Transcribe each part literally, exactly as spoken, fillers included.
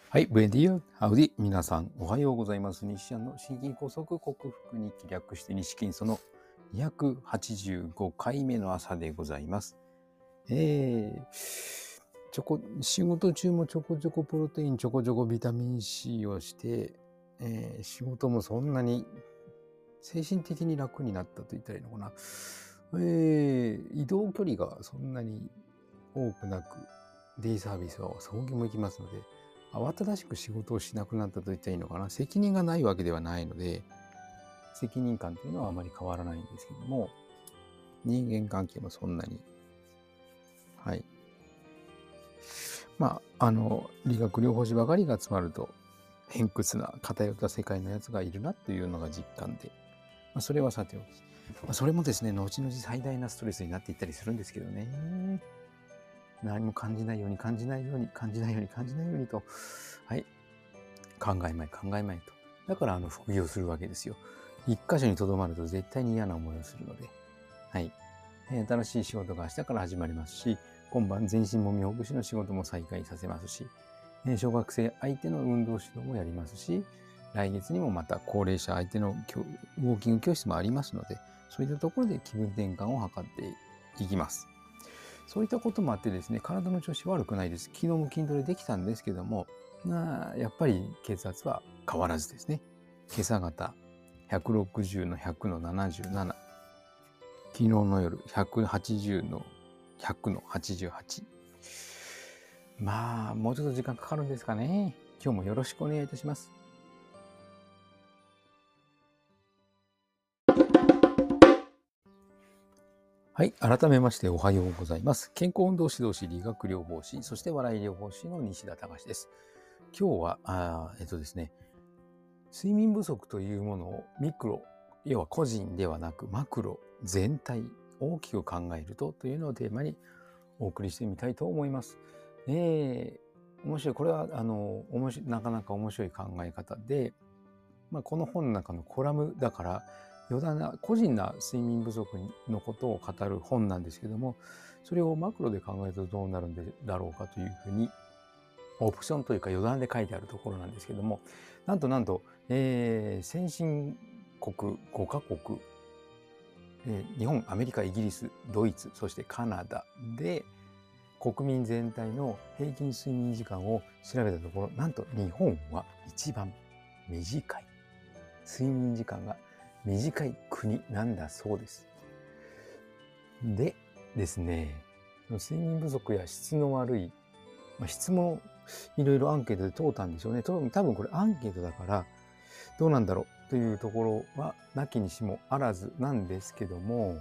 はい、ブエディア、ハウディ、皆さんおはようございます。西安の心筋梗塞克服に気略して西筋そのにひゃくはちじゅうごかいめの朝でございます。えー、ちょこ、仕事中もちょこちょこプロテイン、ちょこちょこビタミン C をして、えー、仕事もそんなに精神的に楽になったと言ったらいいのかな。えー、移動距離がそんなに多くなく、デイサービスは送迎も行きますので、慌ただしく仕事をしなくなったと言ったらいいのかな。責任がないわけではないので、責任感というのはあまり変わらないんですけども、人間関係もそんなに。はい。まあ、あの、理学療法士ばかりが集まると、偏屈な偏った世界のやつがいるなというのが実感で、まあ、それはさておき。まあ、それもですね、後々最大なストレスになっていったりするんですけどね。何も感じないように感じないように感じないように感じないようにと、はい、考えまい考えまいと。だからあの副業するわけですよ。一箇所にとどまると絶対に嫌な思いをするので、はい、えー、新しい仕事が明日から始まりますし、今晩全身もみほぐしの仕事も再開させますし、えー、小学生相手の運動指導もやりますし、来月にもまた高齢者相手のウォーキング教室もありますので、そういったところで気分転換を図っていきます。そういったこともあってですね、体の調子悪くないです。昨日も筋トレできたんですけども、まあ、やっぱり血圧は変わらずですね。今朝方ひゃくろくじゅうのひゃくのななじゅうなな。昨日の夜ひゃくはちじゅうのひゃくのはちじゅうはち。まあ、もうちょっと時間かかるんですかね。今日もよろしくお願いいたします。はい。改めましておはようございます。健康運動指導士、理学療法士、そして笑い療法士の西田隆です。今日は、あえっとですね、睡眠不足というものをミクロ、要は個人ではなくマクロ、全体、大きく考えるとというのをテーマにお送りしてみたいと思います。えー、面白い。これは、あの、面白い、なかなか面白い考え方で、まあ、この本の中のコラムだから、余談な、個人な睡眠不足のことを語る本なんですけども、それをマクロで考えるとどうなるんだろうかというふうに、オプションというか余談で書いてあるところなんですけども、なんとなんと、えー、先進国ごカ国、えー、日本、アメリカ、イギリス、ドイツ、そしてカナダで、国民全体の平均睡眠時間を調べたところ、なんと日本は一番短い。睡眠時間が短い国なんだそうです。でですね、睡眠不足や質の悪い、まあ、質もいろいろアンケートで問うたんでしょうね。多分これアンケートだからどうなんだろうというところはなきにしもあらずなんですけども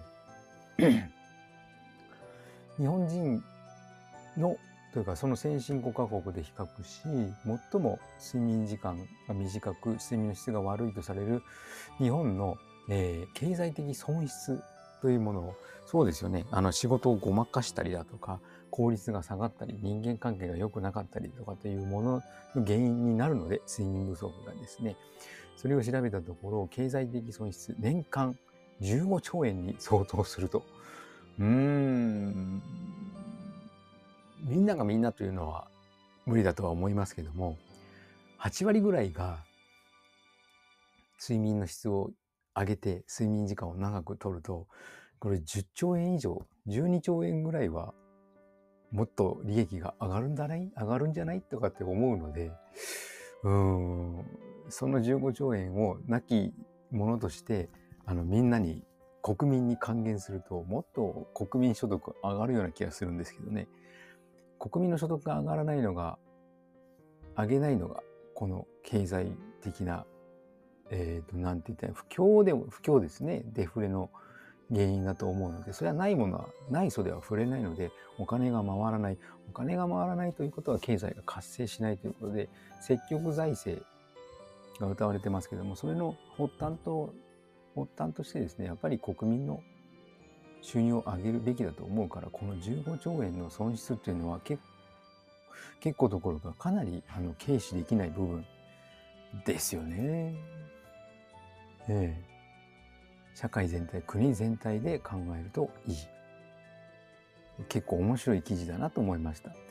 日本人のというかその先進ごカ国で比較し最も睡眠時間が短く睡眠の質が悪いとされる日本の、えー、経済的損失というものをそうですよねあの仕事をごまかしたりだとか効率が下がったり人間関係が良くなかったりとかというものの原因になるので睡眠不足がですねそれを調べたところ経済的損失年間じゅうごちょうえんに相当するとうーんみんながみんなというのは無理だとは思いますけどもはちわりぐらいが睡眠の質を上げて睡眠時間を長く取るとこれじゅっちょうえん以上じゅうにちょうえんぐらいはもっと利益が上がるんだない上がるんじゃないとかって思うのでうーんそのじゅうごちょうえんをなきものとしてあのみんなに国民に還元するともっと国民所得上がるような気がするんですけどね国民の所得が上がらないのが上げないのがこの経済的なえっとなんて言ったら不況でも不況ですねデフレの原因だと思うのでそれはないものはないそでは触れないのでお金が回らないお金が回らないということは経済が活性しないということで積極財政が謳われてますけどもそれの発端と発端としてですねやっぱり国民の収入を上げるべきだと思うからこのじゅうごちょうえんの損失っていうのは結構結構どころかかなりあの軽視できない部分ですよね。ええ、社会全体、国全体で考えるといい。結構面白い記事だなと思いました。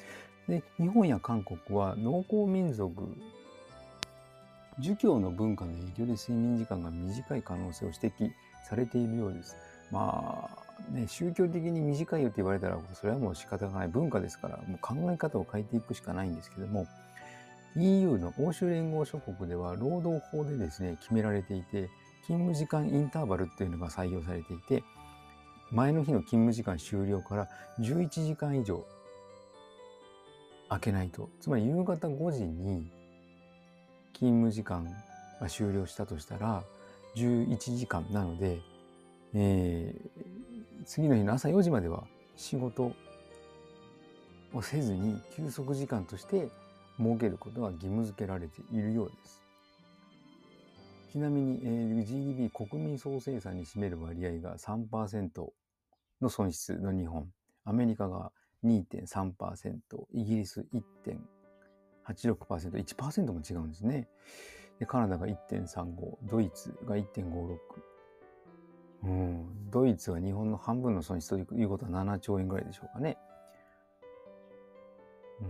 で、日本や韓国は農耕民族、儒教の文化の影響で睡眠時間が短い可能性を指摘されているようです。まあね、宗教的に短いよって言われたらそれはもう仕方がない、文化ですから、もう考え方を変えていくしかないんですけども、 イーユー の欧州連合諸国では労働法でですね決められていて、勤務時間インターバルっていうのが採用されていて、前の日の勤務時間終了からじゅういちじかん以上空けないと、つまり夕方ごじに勤務時間が終了したとしたらじゅういちじかんなので、えー、次の日の朝よじまでは仕事をせずに休息時間として設けることが義務付けられているようです。ちなみに、えー、ジーディーピー 国民総生産に占める割合が さんパーセント の損失の日本、アメリカが にてんさんパーセント、イギリス いってんはちろくパーセント、いちパーセント も違うんですね。でカナダが いってんさんご、ドイツが いってんごろく、うん、ドイツは日本の半分の損失ということはななちょうえんぐらいでしょうかね。うん、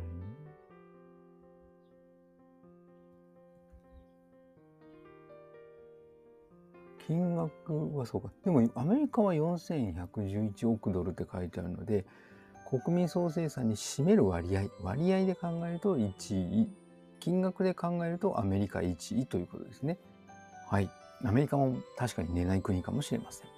金額はそうか。でもアメリカはよんせんひゃくじゅういちおくドルって書いてあるので、国民総生産に占める割合、割合で考えるといちい、金額で考えるとアメリカいちいということですね。はい。アメリカも確かに寝ない国かもしれません。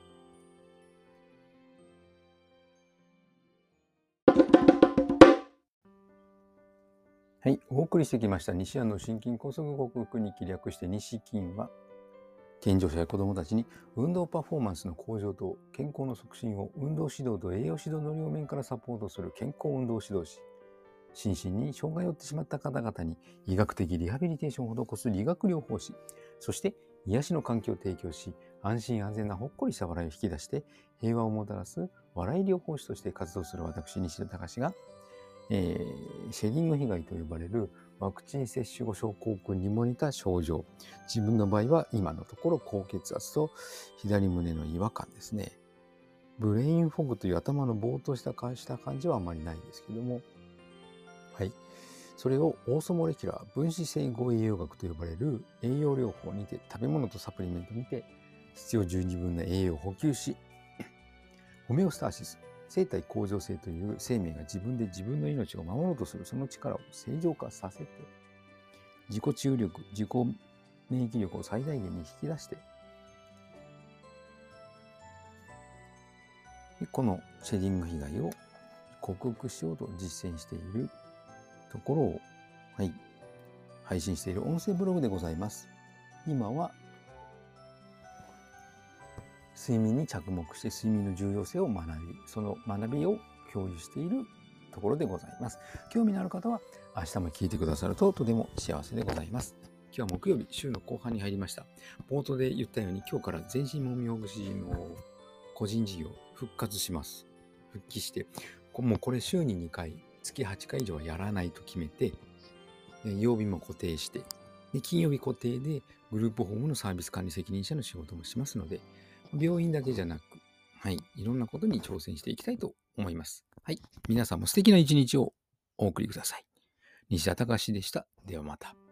はい。お送りしてきました西安の心筋梗塞克服に略して西筋は、健常者や子どもたちに運動パフォーマンスの向上と健康の促進を運動指導と栄養指導の両面からサポートする健康運動指導士、心身に障害を負ってしまった方々に医学的リハビリテーションを施す理学療法士、そして癒しの環境を提供し、安心安全なほっこりした笑いを引き出して平和をもたらす笑い療法士として活動する私西田隆が、えー、シェディング被害と呼ばれるワクチン接種後症候群にも似た症状、自分の場合は今のところ高血圧と左胸の違和感ですね。ブレインフォグという頭のぼーっとした感じはあまりないですけども、はい、それをオーソモレキュラー分子整合栄養学と呼ばれる栄養療法にて、食べ物とサプリメントにて必要十二分な栄養を補給し、ホメオスターシス、生体向上性という生命が自分で自分の命を守ろうとするその力を正常化させて、自己治癒力、自己免疫力を最大限に引き出して、このシェディング被害を克服しようと実践しているところを、はい、配信している音声ブログでございます。今は睡眠に着目して睡眠の重要性を学び、その学びを共有しているところでございます。興味のある方は明日も聞いてくださるととても幸せでございます。今日は木曜日、週の後半に入りました。冒頭で言ったように今日から全身もみほぐしの個人事業復活します。復帰して、もうこれ週ににかい、月はちかい以上はやらないと決めて、曜日も固定して、で金曜日固定でグループホームのサービス管理責任者の仕事もしますので、病院だけじゃなく、はい、いろんなことに挑戦していきたいと思います。はい、皆さんも素敵な一日をお送りください。西田隆でした。ではまた。